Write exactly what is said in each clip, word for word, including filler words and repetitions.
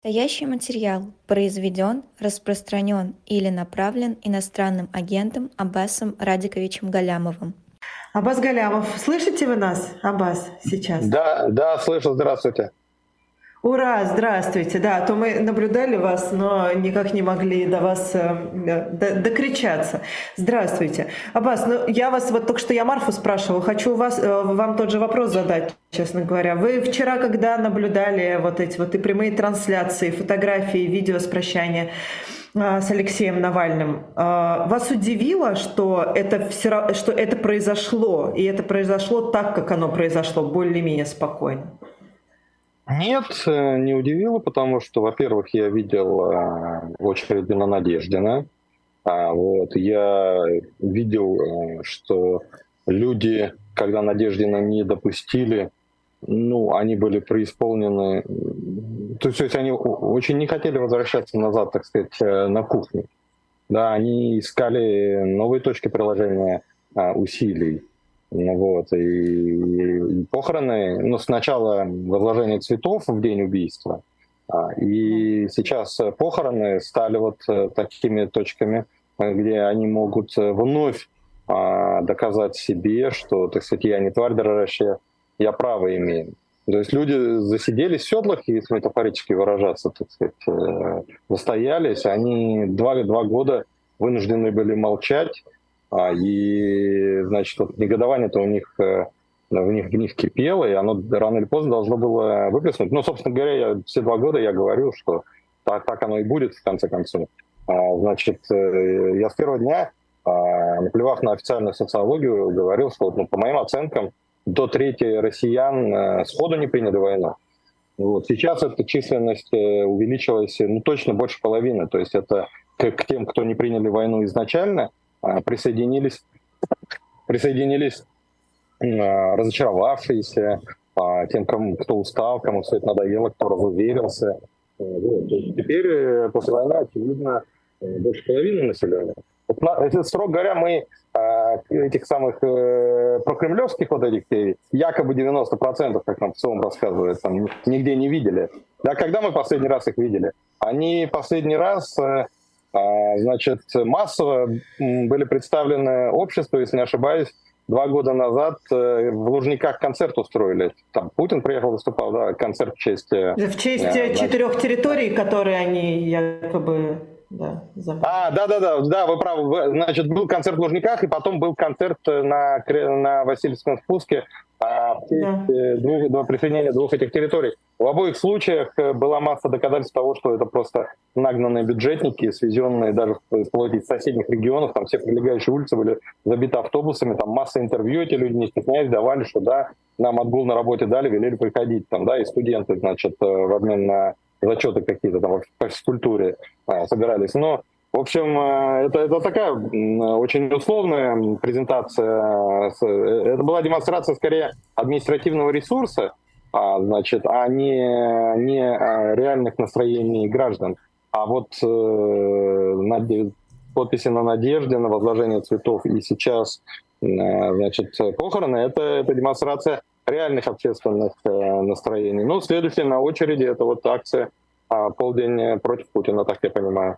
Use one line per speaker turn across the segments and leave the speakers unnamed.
Настоящий материал произведен, распространен или направлен иностранным агентом Аббасом Радиковичем Галямовым.
Аббас Галямов, слышите вы нас, Аббас, сейчас?
Да, да, слышу, здравствуйте.
Ура, здравствуйте. Да, а то мы наблюдали вас, но никак не могли до вас э, до, докричаться. Здравствуйте. Аббас, ну я вас, вот только что я Марфу спрашивала, хочу вас, э, вам тот же вопрос задать, честно говоря. Вы вчера, когда наблюдали вот эти вот и прямые трансляции, фотографии, видео с прощания э, с Алексеем Навальным, э, вас удивило, что это, все, что это произошло, и это произошло так, как оно произошло, более-менее спокойно?
Нет, не удивило, потому что, во-первых, я видел э, очереди на Надеждина. А, вот, я видел, э, что люди, когда Надеждина не допустили, ну, они были преисполнены, то есть, то есть они очень не хотели возвращаться назад, так сказать, на кухню. Да, они искали новые точки приложения э, усилий. Вот, и, и похороны, ну, сначала возложение цветов в день убийства, и сейчас похороны стали вот такими точками, где они могут вновь доказать себе, что, так сказать, я не тварь дрожащая, я право имею. То есть люди засиделись в седлах, если метафорически выражаться, так сказать, застоялись, они два, два года вынуждены были молчать. И, значит, вот негодование-то у них, в них, в них кипело, и оно рано или поздно должно было выплеснуть. Ну, собственно говоря, я, все два года я говорю, что так, так оно и будет, в конце концов. Значит, я с первого дня, наплевав на официальную социологию, говорил, что, ну, по моим оценкам, до трети россиян сходу не приняли войну. Вот. Сейчас эта численность увеличилась, ну, точно больше половины. То есть это к, к тем, кто не приняли войну изначально, присоединились, присоединились разочаровавшиеся, тем, кому, кто устал, кому все это надоело, кто разуверился. Вот. Теперь после войны, очевидно, больше половины населения. Вот, строго говоря, мы этих самых прокремлевских вот этих якобы девяносто процентов, как нам в целом рассказывают, там, нигде не видели. Да, когда мы последний раз их видели? Они последний раз... Значит, массово были представлены обществу, если не ошибаюсь, два года назад в Лужниках концерт устроили. Там Путин приехал, выступал, да, концерт в честь...
В честь значит, четырех территорий, которые они якобы... Да,
а, да-да-да, да, вы правы. Значит, был концерт в Лужниках, и потом был концерт на, на Васильевском спуске а, в честь да. двух, двух, присоединения двух этих территорий. В обоих случаях была масса доказательств того, что это просто нагнанные бюджетники, свезенные даже вплоть из соседних регионов, там все прилегающие улицы были забиты автобусами, там масса интервью, эти люди, не стесняясь, давали, что да, нам отгул на работе дали, велели приходить, там, да, и студенты, значит, в обмен на зачеты какие-то там по физкультуре а, собирались. Но, в общем, это, это такая очень условная презентация. Это была демонстрация скорее административного ресурса, а, значит, а не, не реальных настроений граждан. А вот э, подписи на надежде, на возложение цветов и сейчас, э, значит, похороны, это, это демонстрация реальных общественных э, настроений. Ну, следующая на очереди это вот акция а, «Полдень против Путина», так я понимаю.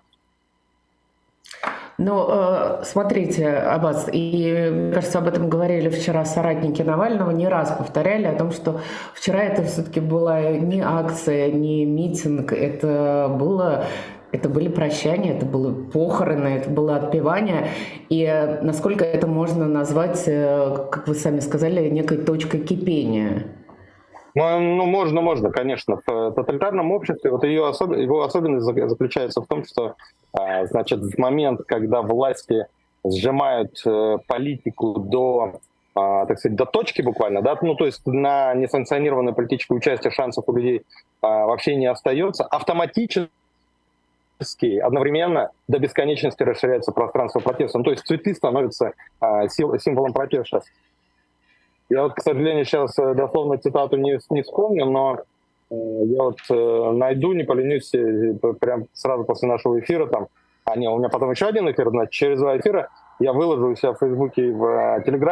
Ну, э, смотрите, Аббас, и, мне кажется, об этом говорили вчера соратники Навального, не раз повторяли о том, что вчера это все-таки была не акция, не митинг, это было... Это были прощания, это были похороны, это было отпевание. И насколько это можно назвать, как вы сами сказали, некой точкой кипения?
Ну, ну можно, можно, конечно. В тоталитарном обществе вот ее особ... его особенность заключается в том, что, значит, в момент, когда власти сжимают политику до, так сказать, до точки буквально, да, ну то есть на несанкционированное политическое участие шансов у людей вообще не остается, автоматически одновременно до бесконечности расширяется пространство протеста. Ну, то есть цветы становятся а, сил, символом протеста. Я вот, к сожалению, сейчас дословно цитату не, не вспомню, но э, я вот э, найду, не поленюсь, э, прям сразу после нашего эфира там, а не, у меня потом еще один эфир, значит, через два эфира я выложу у себя в Фейсбуке и в э, Телеграме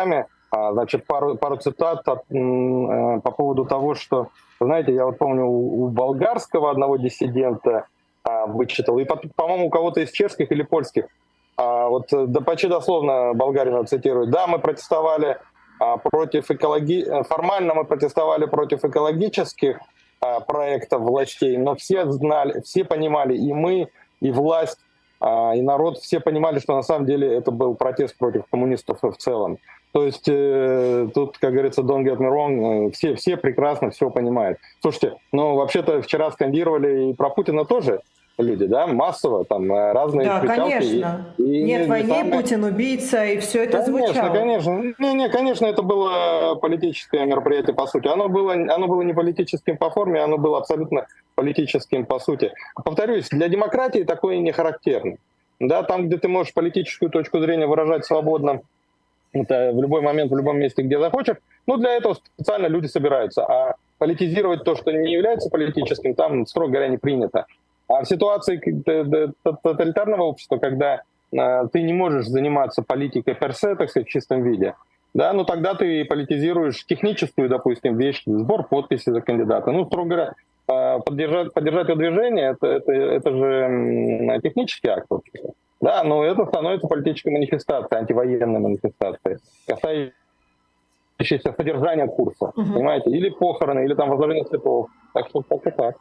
Значит, пару, пару цитат от, по поводу того, что, знаете, я вот помню, у болгарского одного диссидента вычитал, и, по-моему, у кого-то из чешских или польских, вот да, почти дословно Болгарина цитирует, да, мы протестовали против экологи... формально мы протестовали против экологических проектов властей, но все знали, все понимали, и мы, и власть, и народ, все понимали, что на самом деле это был протест против коммунистов в целом. То есть э, тут, как говорится, don't get me wrong, э, все, все прекрасно все понимают. Слушайте, ну вообще-то вчера скандировали и про Путина тоже люди, да, массово, там разные
да,
кричалки.
конечно.
И, и
Нет войны,
самые...
Путин убийца, и все это
конечно,
звучало.
Конечно, конечно. Не, не, конечно, это было политическое мероприятие по сути. Оно было, оно было не политическим по форме, оно было абсолютно политическим по сути. Повторюсь, для демократии такое не характерно. Да, там, где ты можешь политическую точку зрения выражать свободно, это в любой момент, в любом месте, где захочешь, ну, для этого специально люди собираются. А политизировать то, что не является политическим, там, строго говоря, не принято. А в ситуации тоталитарного общества, когда э, ты не можешь заниматься политикой персе, так сказать, в чистом виде, да, ну тогда ты политизируешь техническую, допустим, вещь, сбор подписей за кандидата. Ну, строго говоря, э, поддержать, поддержать это движение, это, это, это же э, технический акт общества. Да, но это становится политической манифестацией, антивоенной манифестацией, касающейся содержания курса, uh-huh. понимаете, или похороны, или там возложение цветов. Так что так-то так.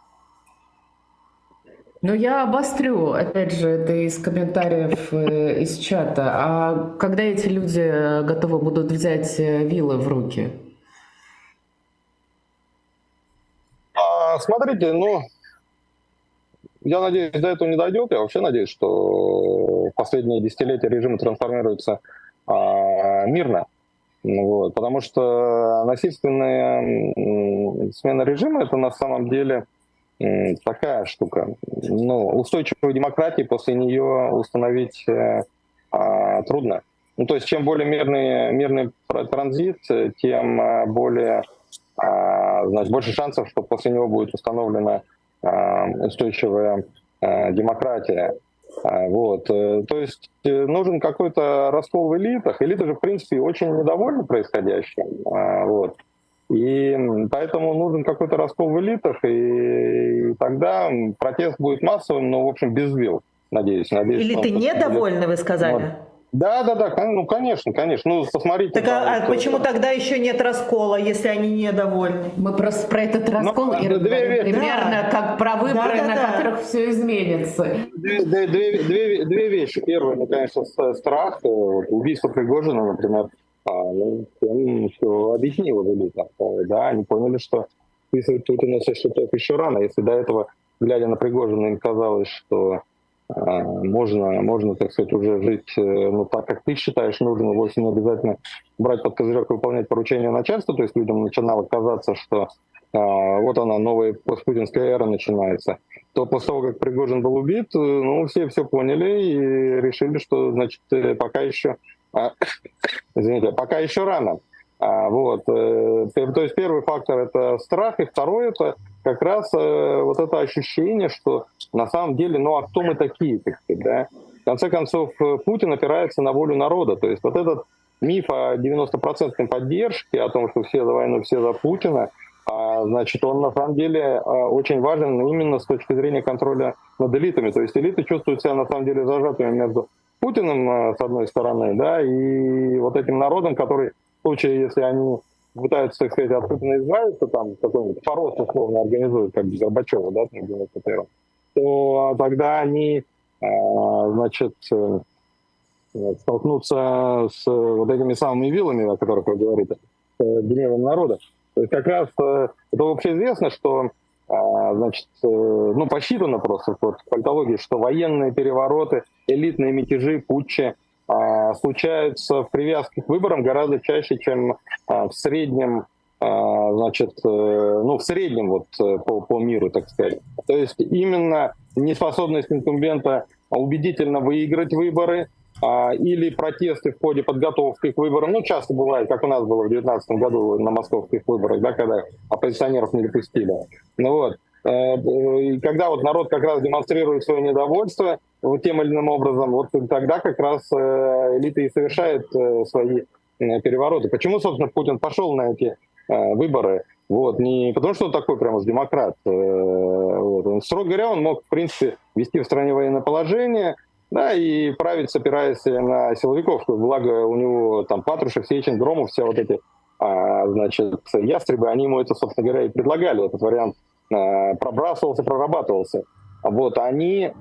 Ну, я обострю, опять же, это из комментариев э, из чата. А когда эти люди готовы будут взять вилы в руки?
А, смотрите, ну, я надеюсь, до этого не дойдет. Я вообще надеюсь, что в последние десятилетия режим трансформируется а, мирно. Вот, потому что насильственная смена режима — это на самом деле такая штука. Ну, устойчивую демократию после нее установить а, трудно. Ну, то есть, чем более мирный, мирный транзит, тем более, а, значит, больше шансов, что после него будет установлена а, устойчивая а, демократия. А, вот. То есть нужен какой-то раскол в элитах. Элиты же, в принципе, очень недовольны происходящим. А, вот. И поэтому нужен какой-то раскол в элитах, и тогда протест будет массовым, но, в общем, без вил, надеюсь. надеюсь
Элиты недовольны, вы сказали? Вот.
Да, да, да, ну, конечно, конечно. Ну, посмотрите.
Так, а, а почему это... тогда еще нет раскола, если они недовольны?
Мы просто про этот раскол ну, и говорим примерно да. как про выборы, да, да, на да. которых все изменится.
Две, две, две, две вещи. Первое, ну, конечно, страх. Убийство Пригожина, например, а, ну, все объяснило в элитах. Да, они поняли, что списывать Путина со счетов еще рано. Если до этого, глядя на Пригожина, им казалось, что Можно, можно, так сказать, уже жить ну, так, как ты считаешь нужно, вовсе не обязательно брать под козырек и выполнять поручения начальства, то есть людям начинало казаться, что а, вот она, новая постпутинская эра начинается, то после того, как Пригожин был убит, ну, все все поняли и решили, что, значит, пока еще, а, извините, пока еще рано. А, вот, то есть первый фактор — это страх, и второй — это как раз э, вот это ощущение, что на самом деле, ну а кто мы такие, так сказать, да? В конце концов, Путин опирается на волю народа, то есть вот этот миф о девяностопроцентной поддержке, о том, что все за войну, все за Путина, а, значит, он на самом деле очень важен именно с точки зрения контроля над элитами, то есть элиты чувствуют себя на самом деле зажатыми между Путиным, с одной стороны, да, и вот этим народом, который в случае, если они пытаются, так сказать, от Путина избавиться, там какой-нибудь порос условно организуют, как Горбачева, да, там, девяносто первом, то тогда они, значит, столкнутся с вот этими самыми вилами, о которых вы говорите, с гневом народа. То есть как раз это общеизвестно, что, значит, ну, посчитано просто в политологии, что военные перевороты, элитные мятежи, путчи случаются в привязке к выборам гораздо чаще, чем в среднем, значит, ну, в среднем вот по, по миру, так сказать. То есть именно неспособность инкумбента убедительно выиграть выборы или протесты в ходе подготовки к выборам. Ну, часто бывает, как у нас было в две тысячи девятнадцатом году на московских выборах, да, когда оппозиционеров не допустили. Ну вот. И когда вот народ как раз демонстрирует свое недовольство вот тем или иным образом, вот тогда как раз элита и совершает свои перевороты. Почему, собственно, Путин пошел на эти э, выборы? Вот, не потому, что он такой прямо уж демократ. Э, вот. Он, строго говоря, он мог, в принципе, вести в стране военное положение, да, и править, опираясь на силовиков. Благо у него там Патрушев, Сечин, Громов, все вот эти, а, значит, ястребы, они ему это, собственно говоря, и предлагали. Этот вариант а, пробрасывался, прорабатывался. Вот, они...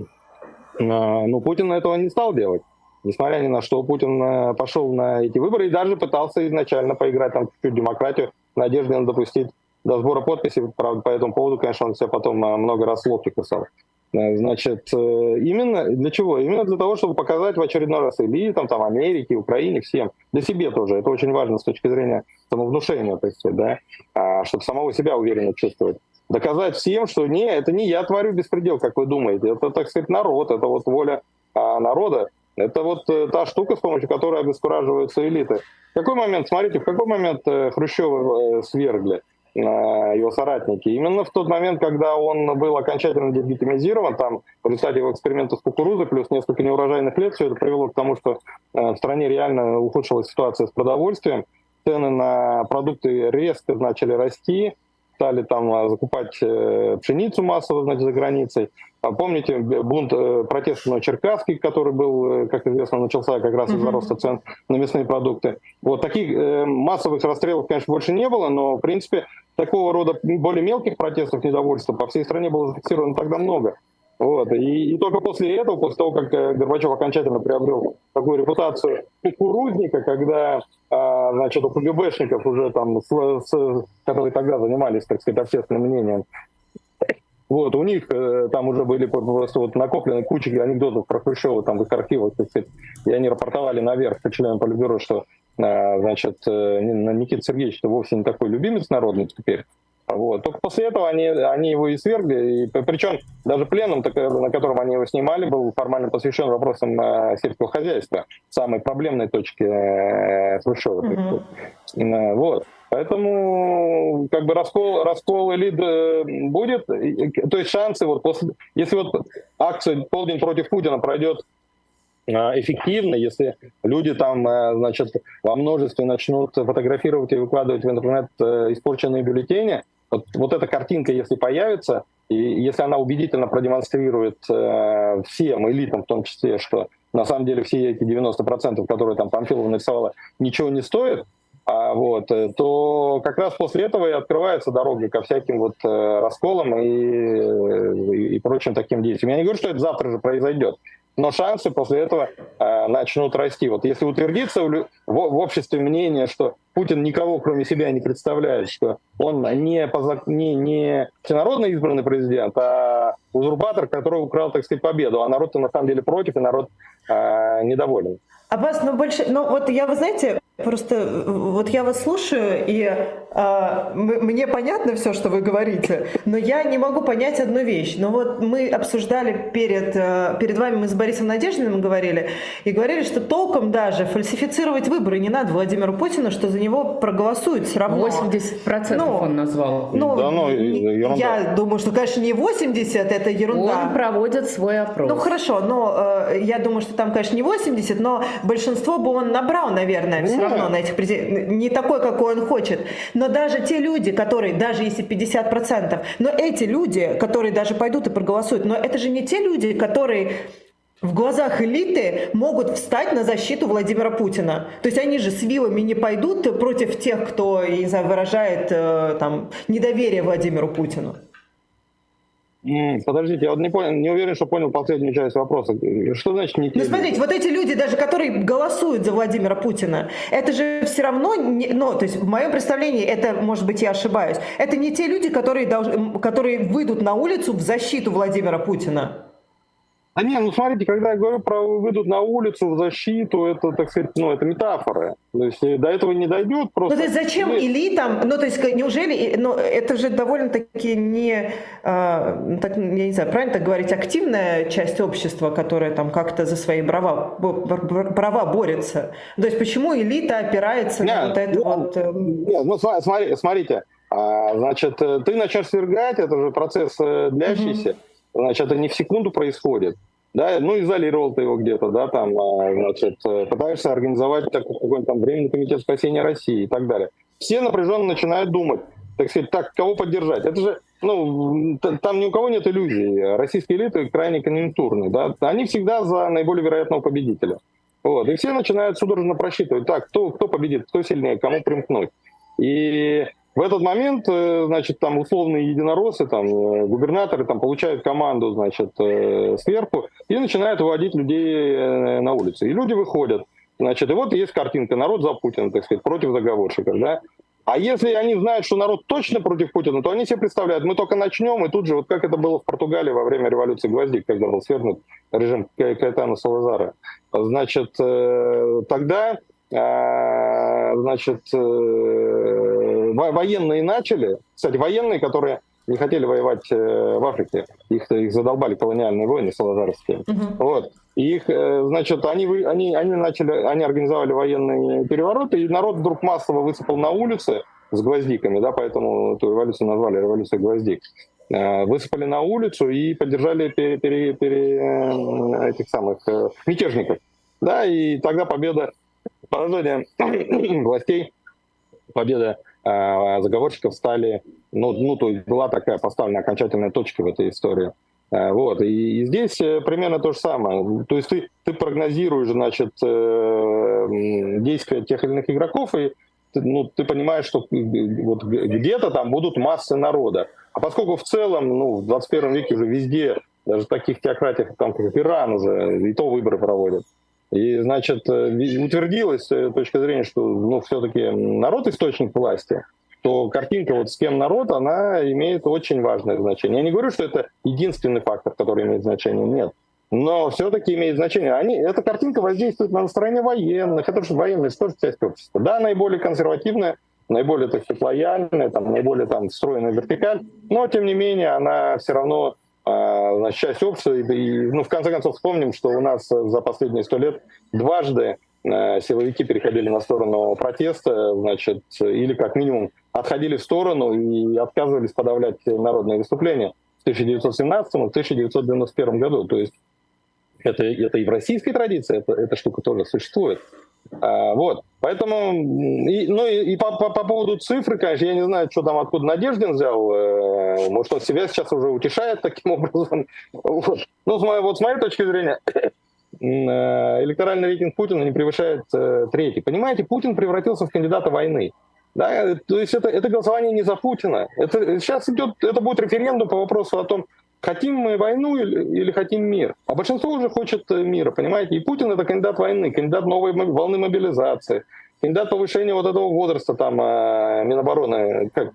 Ну, Путин этого не стал делать. Несмотря ни на что, Путин пошел на эти выборы и даже пытался изначально поиграть там чуть-чуть демократию, в надежде на допустить до сбора подписей. Правда, по этому поводу, конечно, он себя потом много раз локти кусал. Значит, именно для чего? Именно для того, чтобы показать в очередной раз элитам, там, Америке, Украине, всем, для себя тоже. Это очень важно с точки зрения самовнушения, так сказать, да, чтобы самого себя уверенно чувствовать. Доказать всем, что не, это не я творю беспредел, как вы думаете, это, так сказать, народ, это вот воля а, народа, это вот э, та штука, с помощью которой обескураживаются элиты. В какой момент, смотрите, в какой момент э, Хрущева э, свергли э, его соратники? Именно в тот момент, когда он был окончательно делегитимизирован, там, в результате его эксперимента с кукурузой, плюс несколько неурожайных лет, все это привело к тому, что э, в стране реально ухудшилась ситуация с продовольствием, цены на продукты резко начали расти, стали там закупать пшеницу массово, значит, за границей. А помните бунт, протест на Черкасске, который был, как известно, начался как раз из-за роста цен на мясные продукты. Вот таких массовых расстрелов, конечно, больше не было, но, в принципе, такого рода более мелких протестов, недовольства по всей стране было зафиксировано тогда много. Вот. И, и только после этого, после того, как Горбачев окончательно приобрел такую репутацию кукурузника, когда а, значит, у КГБшников уже там, с, с, которые тогда занимались, так сказать, общественным мнением, вот, у них э, там уже были просто вот накоплены кучи анекдотов про Хрущева там в их архивах, так сказать, и они рапортовали наверх по членам Политбюро, что э, значит, э, Никита Сергеевич вовсе не такой любимец народный теперь. Вот. Только после этого они, они его и свергли, и, причем даже пленум, на котором они его снимали, был формально посвящен вопросам э, сельского хозяйства, самой проблемной точке э, Хрущева. Mm-hmm. Вот. Поэтому как бы раскол, раскол элит будет, то есть шансы, вот после, если вот акция «Полдень против Путина» пройдет эффективно, если люди там, значит, во множестве начнут фотографировать и выкладывать в интернет испорченные бюллетени, вот, вот эта картинка, если появится, и если она убедительно продемонстрирует э, всем элитам в том числе, что на самом деле все эти девяносто процентов, которые там Памфилова нарисовала, ничего не стоят, а, вот, то как раз после этого и открывается дорога ко всяким вот э, расколам и, и, и прочим таким действиям. Я не говорю, что это завтра же произойдет, но шансы после этого э, начнут расти. Вот если утвердится в, в, в обществе мнение, что Путин никого кроме себя не представляет, что он не, не, не всенародно избранный президент, а узурпатор, который украл, так сказать, победу, а народ-то на самом деле против, и народ э, недоволен.
Аббас, ну больше, ну вот я, вы знаете, просто вот я вас слушаю, и а, мне понятно все, что вы говорите, но я не могу понять одну вещь. Ну вот мы обсуждали перед, перед вами, мы с Борисом Надеждиным говорили, и говорили, что толком даже фальсифицировать выборы не надо Владимиру Путину, что за него проголосуют все равно.
восемьдесят процентов ну, он назвал.
Ну, да, ну, я думаю, что, конечно, не восемьдесят, это ерунда.
Он проводит свой опрос.
Ну хорошо, но э, я думаю, что там, конечно, не восемьдесят, но большинство бы он набрал, наверное, все равно на этих президентах. Не такой, какой он хочет. Но даже те люди, которые, даже если пятьдесят процентов, но эти люди, которые даже пойдут и проголосуют, но это же не те люди, которые в глазах элиты могут встать на защиту Владимира Путина. То есть они же с вилами не пойдут против тех, кто, я не знаю, выражает э, там, недоверие Владимиру Путину.
Подождите, я вот не понял, не уверен, что понял последнюю часть вопроса. Что значит не те?
Ну, смотрите, вот эти люди, даже которые голосуют за Владимира Путина, это же все равно, не, ну, то есть в моем представлении, это, может быть, я ошибаюсь, это не те люди, которые, должны, которые выйдут на улицу в защиту Владимира Путина.
А не, ну смотрите, когда я говорю про выйдут на улицу в защиту, это, так сказать, ну, это метафора. То есть до этого не дойдет просто.
Ну, то есть зачем элитам, ну, то есть неужели, ну, это же довольно-таки не, а, так, я не знаю, правильно так говорить, активная часть общества, которая там как-то за свои права, права борется. То есть почему элита опирается нет, на вот это
ну,
вот...
Нет, ну, смотри, смотрите, а, значит, ты начнешь свергать, это же процесс длящийся. Угу. Значит, это не в секунду происходит. да, ну, изолировал ты его где-то, да, там, значит, пытаешься организовать какой-нибудь там временный комитет спасения России и так далее. Все напряженно начинают думать, так сказать, так, кого поддержать. Это же, ну, там ни у кого нет иллюзий. Российские элиты крайне конъюнктурные, да, они всегда за наиболее вероятного победителя. Вот, и все начинают судорожно просчитывать, так, кто, кто победит, кто сильнее, кому примкнуть. И в этот момент, значит, там условные единороссы, там, губернаторы там, получают команду, значит, сверху и начинают выводить людей на улицу. И люди выходят. Значит, и вот есть картинка, народ за Путина, так сказать, против заговорщиков, да. А если они знают, что народ точно против Путина, то они себе представляют, мы только начнем, и тут же, вот как это было в Португалии во время революции гвоздик, когда был свергнут режим Каэтана Салазара. Значит, тогда, значит, военные начали, кстати, военные, которые не хотели воевать в Африке, их, их задолбали колониальные войны салазаровские, uh-huh. вот, и их, значит, они, они, они начали, они организовали военные перевороты, и народ вдруг массово высыпал на улицы с гвоздиками, да, поэтому эту революцию назвали революцией гвоздик, высыпали на улицу и поддержали пере, пере, пере, этих самых мятежников, да, и тогда победа, поражение властей, победа заговорщиков стали, ну, ну, то есть была такая поставлена окончательная точка в этой истории. Вот. И, и здесь примерно то же самое. То есть ты, ты прогнозируешь, значит, действия тех или иных игроков, и ты, ну, ты понимаешь, что вот где-то там будут массы народа. А поскольку в целом, ну, в двадцать первом веке уже везде, даже в таких теократиях, там, как Иран уже, и то выборы проводят. И, значит, утвердилась точка зрения, что, ну, все-таки народ источник власти, то картинка вот с кем народ, она имеет очень важное значение. Я не говорю, что это единственный фактор, который имеет значение, нет. Но все-таки имеет значение. Они, эта картинка воздействует на настроение военных. Это же военные, что же часть общества. Да, наиболее консервативная, наиболее, так сказать, лояльная, там, наиболее там, встроенная вертикаль, но, тем не менее, она все равно... Значит, часть общества, и, ну, в конце концов, вспомним, что у нас за последние сто лет дважды э, силовики переходили на сторону протеста, значит, или как минимум отходили в сторону и отказывались подавлять народные выступления в тысяча девятьсот семнадцатом и в тысяча девятьсот девяносто первом году. То есть это, это и в российской традиции это, эта штука тоже существует. А, вот, поэтому, и, ну и, и по, по, по поводу цифры, конечно, я не знаю, что там откуда Надеждин взял, э, может, он себя сейчас уже утешает таким образом. Вот. Ну, с моей, вот с моей точки зрения, электоральный рейтинг Путина не превышает э, третий. Понимаете, Путин превратился в кандидата войны. Да? То есть это, это голосование не за Путина. Это, сейчас идет, это будет референдум по вопросу о том, хотим мы войну или, или хотим мир? А большинство уже хочет мира, понимаете? И Путин — это кандидат войны, кандидат новой волны мобилизации, кандидат повышения вот этого возраста, там, Минобороны, как...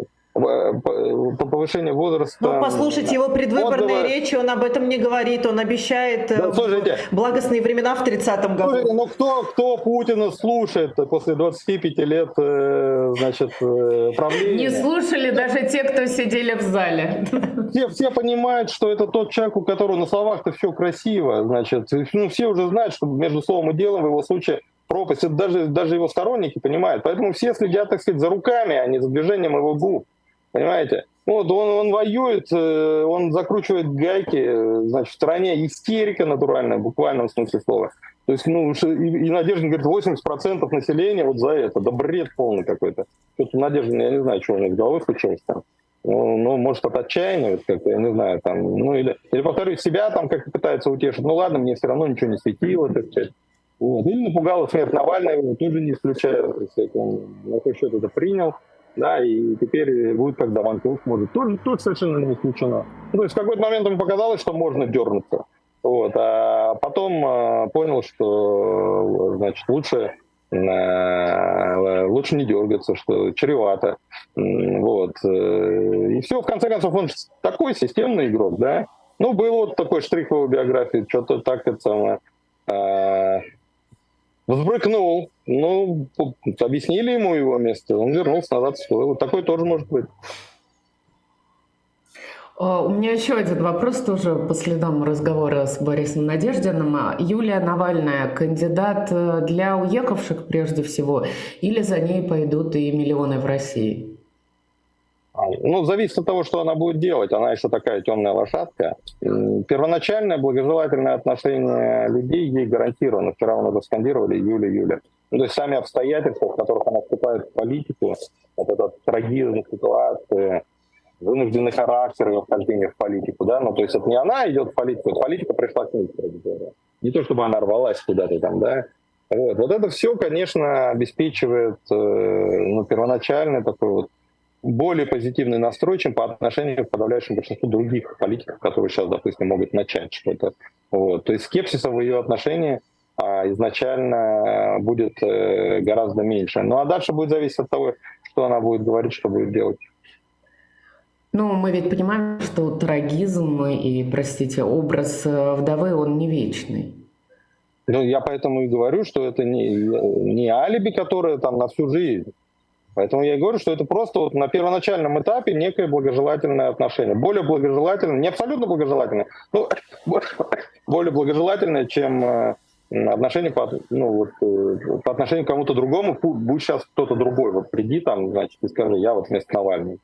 повышение возраста.
Ну, послушайте его предвыборные отдыва. Речи, он об этом не говорит, он обещает да, слушайте, благостные времена в тридцатом году.
Слушайте, ну кто, кто Путина слушает после двадцати пяти лет, значит, правления?
Не слушали даже те, кто сидели в зале.
Все, все понимают, что это тот человек, у которого на словах-то все красиво, значит, ну, все уже знают, что между словом и делом в его случае пропасть, это даже, даже его сторонники понимают, поэтому все следят, так сказать, за руками, а не за движением его губ. Понимаете? Вот он, он воюет, он закручивает гайки, значит, в стране истерика натуральная, в буквальном смысле слова. То есть, ну, и, и Надеждин говорит, восемьдесят процентов населения вот за это. Да бред полный какой-то. Что-то Надеждин, я не знаю, что у него с головой случилось там. Ну, ну, может, от отчаяния, как-то, я не знаю, там, ну, или, или, повторюсь, себя там как-то пытается утешить. Ну, ладно, мне все равно ничего не светило, так сказать. Вот. Или напугала смерть Навального, тоже не исключаю, так сказать, он на свой счет это принял. Да, и теперь будет, когда Ванков может. Тоже, тоже совершенно не исключено. Ну, то есть в какой-то момент ему показалось, что можно дернуться. Вот. А потом а, понял, что значит, лучше, а, лучше не дергаться, что чревато. Вот. И все, в конце концов, он такой системный игрок, да. Ну, был вот такой штрих в его биографии, что-то так это самое. А, взбрыкнул, ну, объяснили ему его место, он вернулся назад в свой. Вот такой тоже может быть.
У меня еще один вопрос, тоже по следам разговора с Борисом Надеждиным. Юлия Навальная – кандидат для уехавших прежде всего, или за ней пойдут и миллионы в России?
Ну, зависит от того, что она будет делать. Она еще такая темная лошадка. Первоначальное благожелательное отношение людей ей гарантировано. Вчера вы уже скандировали июля, июля. Ну, то есть сами обстоятельства, в которых она вступает в политику, вот этот трагизм ситуации, вынужденный характер ее вхождения в политику, да, ну, то есть это не она идет в политику, это политика пришла к ней. Не то, чтобы она рвалась куда-то там, да. Вот, вот это все, конечно, обеспечивает ну, первоначальный такой вот более позитивный настрой, чем по отношению к подавляющему большинству других политиков, которые сейчас, допустим, могут начать что-то. Вот. То есть скепсиса в ее отношении а, изначально будет э, гораздо меньше. Ну а дальше будет зависеть от того, что она будет говорить, что будет делать.
Ну, мы ведь понимаем, что трагизм и, простите, образ вдовы, он не вечный.
Ну, я поэтому и говорю, что это не, не алиби, которое там на всю жизнь. Поэтому я и говорю, что это просто вот на первоначальном этапе некое благожелательное отношение. Более благожелательное, не абсолютно благожелательное, но более благожелательное, чем отношение по, ну, вот, по отношению к кому-то другому. Будь сейчас кто-то другой, вот приди там, значит, и скажи, я вот вместо Навального.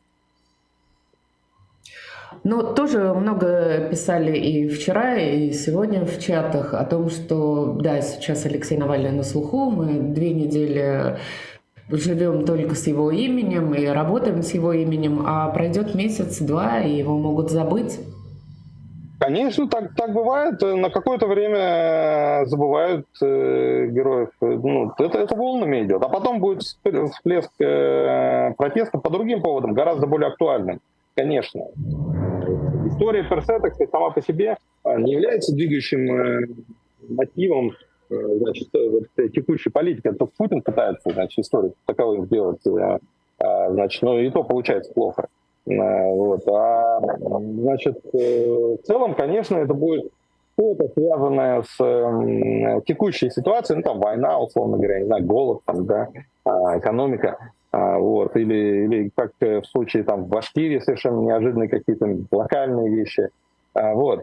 Ну, тоже много писали и вчера, и сегодня в чатах о том, что, да, сейчас Алексей Навальный на слуху, мы две недели живем только с его именем и работаем с его именем, а пройдет месяц-два, и его могут забыть.
Конечно, так, так бывает. На какое-то время забывают э, героев. Ну, это, это волнами идет. А потом будет всплеск э, протеста по другим поводам, гораздо более актуальным. Конечно. История персе, так сказать, сама по себе не является двигающим э, мотивом значит, вот, текущей политики. Это только Путин пытается, значит, историю таковым сделать, а, значит, ну и то получается плохо. А, вот. А, значит, в целом, конечно, это будет что-то связанное с э, текущей ситуацией, ну там война, условно говоря, не знаю, голод, там, да, экономика. А, вот, или, или как в случае там, в Башкирии совершенно неожиданные какие-то локальные вещи. А, вот.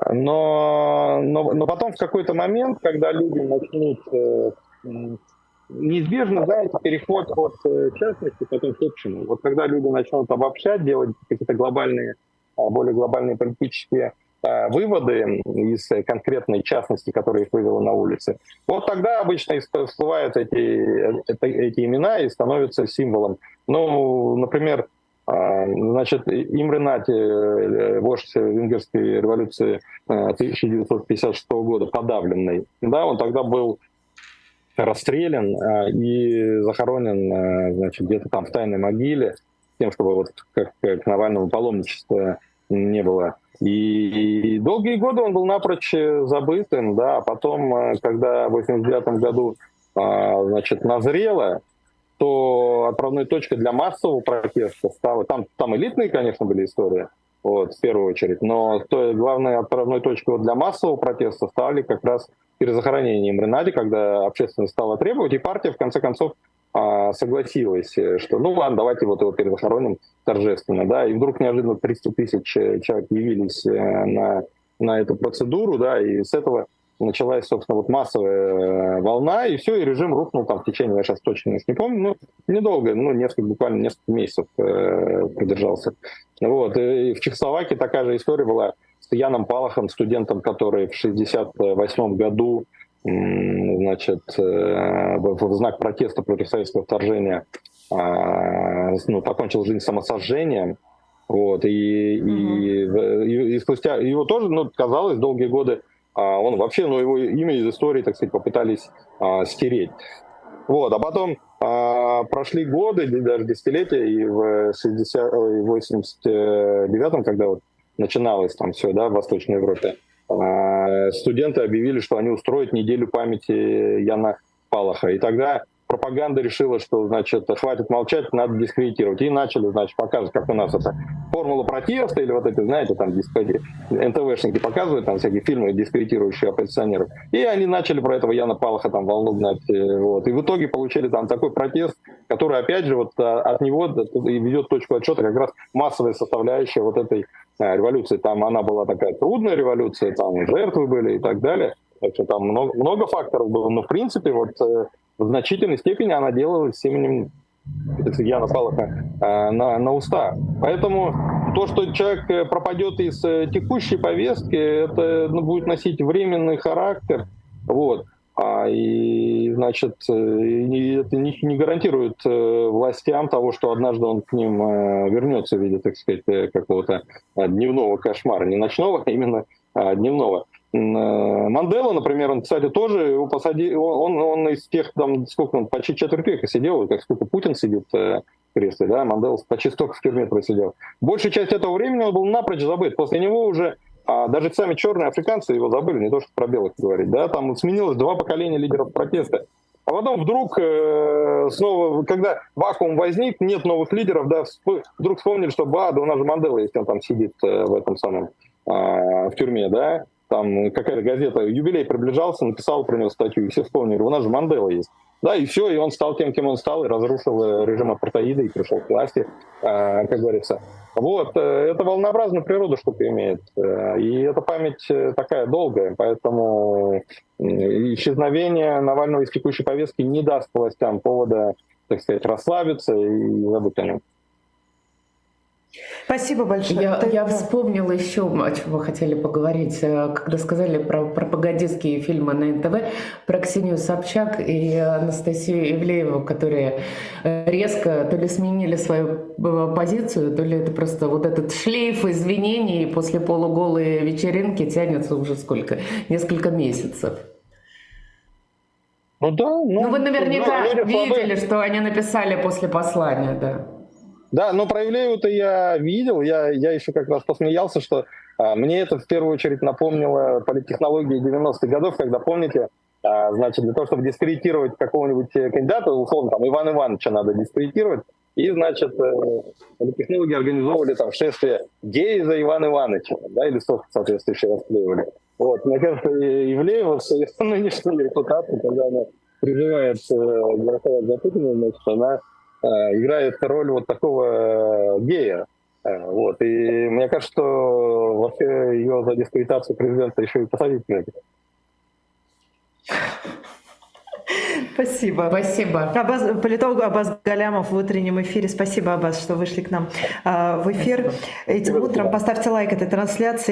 Но, но, но потом в какой-то момент, когда люди начнут э, неизбежно, знаете, переход от э, частности потом к общему. Вот когда люди начнут обобщать, делать какие-то глобальные, более глобальные политические э, выводы из конкретной частности, которые их вывела на улице, вот тогда обычно всплывают эти, это, эти имена и становятся символом. Ну, например, значит, Имре Нати, вождь венгерской революции тысяча девятьсот пятьдесят шестого года, подавленный, да, он тогда был расстрелян и захоронен, значит, где-то там в тайной могиле, с тем, чтобы вот как к Навальному паломничества не было. И, и долгие годы он был напрочь забытым, да, а потом, когда в восемьдесят девятом году, значит, назрело, то отправной точкой для массового протеста стало... Там, там элитные, конечно, были истории, вот, в первую очередь, но то, главной отправной точкой вот для массового протеста стали как раз перезахоронение Имре Нати, когда общественность стала требовать, и партия, в конце концов, согласилась, что ну ладно, давайте вот его перезахороним торжественно, да, и вдруг неожиданно триста тысяч человек явились на, на эту процедуру, да, и с этого началась, собственно, вот массовая волна, и все, и режим рухнул там в течение, я сейчас точно не помню, ну, недолго, ну, несколько, буквально несколько месяцев э, продержался. Вот, и в Чехословакии такая же история была с Яном Палахом, студентом, который в шестьдесят восьмом году, м, значит, э, в знак протеста против советского вторжения э, ну, покончил жизнь самосожжением. Вот, и, mm-hmm. и, и, и спустя, его тоже, ну, казалось, долгие годы он вообще, ну, его имя из истории, так сказать, попытались а, стереть. Вот, а потом а, прошли годы, даже десятилетия, и в восемьдесят девятом, когда вот начиналось там все, да, в Восточной Европе, а, студенты объявили, что они устроят неделю памяти Яна Палаха. И тогда пропаганда решила, что, значит, хватит молчать, надо дискредитировать. И начали, значит, показывать, как у нас это формула протеста, или вот эти, знаете, там эн тэ вэ-шники показывают там всякие фильмы, дискредитирующие оппозиционеров. И они начали про этого Яна Палаха там волну гнать. Вот. И в итоге получили там такой протест, который, опять же, вот от него ведет точку отсчета как раз массовая составляющая вот этой революции. Там она была такая трудная революция, там жертвы были и так далее. Так что там много, много факторов было. Но, в принципе, вот в значительной степени она делалась с именем Яна Палаха на, на уста. Поэтому то, что человек пропадет из текущей повестки, это ну, будет носить временный характер. Вот. А, и, значит, и это не, не гарантирует властям того, что однажды он к ним вернется в виде, так сказать, какого-то дневного кошмара. Не ночного, а именно дневного. Мандела, например, он, кстати, тоже его посадили, он, он из тех, там, сколько он, почти четверть века сидел, как сколько Путин сидит в кресле, да, Мандела почти столько в тюрьме просидел. Большая часть этого времени он был напрочь забыт. После него уже а, даже сами черные африканцы его забыли, не то что про белых говорить, да, там сменилось два поколения лидеров протеста. А потом вдруг э, снова, когда вакуум возник, нет новых лидеров, да, вдруг вспомнили, что, ба, да у нас же Мандела есть, он там сидит э, в этом самом, э, в тюрьме, да. Там какая-то газета, юбилей приближался, написал про него статью, и все вспомнили, у нас же Мандела есть. Да, и все, и он стал тем, кем он стал, и разрушил режим апартеида, и пришел к власти, как говорится. Вот, это волнообразную природу штука имеет, и эта память такая долгая, поэтому исчезновение Навального из текущей повестки не даст властям повода, так сказать, расслабиться и забыть о нем.
Спасибо большое.
Я,
Ты...
я вспомнила еще, о чем вы хотели поговорить, когда сказали про пропагандистские фильмы на эн тэ вэ, про Ксению Собчак и Анастасию Ивлееву, которые резко то ли сменили свою позицию, то ли это просто вот этот шлейф извинений после полуголой вечеринки тянется уже сколько? Несколько месяцев.
Ну да. Ну,
ну вы наверняка
ну,
видели, что они написали после послания, да.
Да, но про Ивлееву-то я видел, я, я еще как раз посмеялся, что а, мне это в первую очередь напомнило политтехнологии девяностых годов, когда, помните, а, значит, для того, чтобы дискредитировать какого-нибудь кандидата, условно, там, Ивана Ивановича надо дискредитировать, и, значит, э, политтехнологи организовывали там шествие геи за Ивана Ивановича, да, или что соответствующее расклеивали. Вот, мне кажется, Ивлеева с ее нынешней репутацией, когда она призывает э, голосовать за Путина, значит, она играет роль вот такого гея. Вот. И мне кажется, что вообще ее за дискредитацию президента еще и посадить надо.
Спасибо.
Спасибо.
Аббас, политолог Аббас Галямов в утреннем эфире. Спасибо, Аббас, что вышли к нам в эфир. Спасибо. Этим утром поставьте лайк этой трансляции.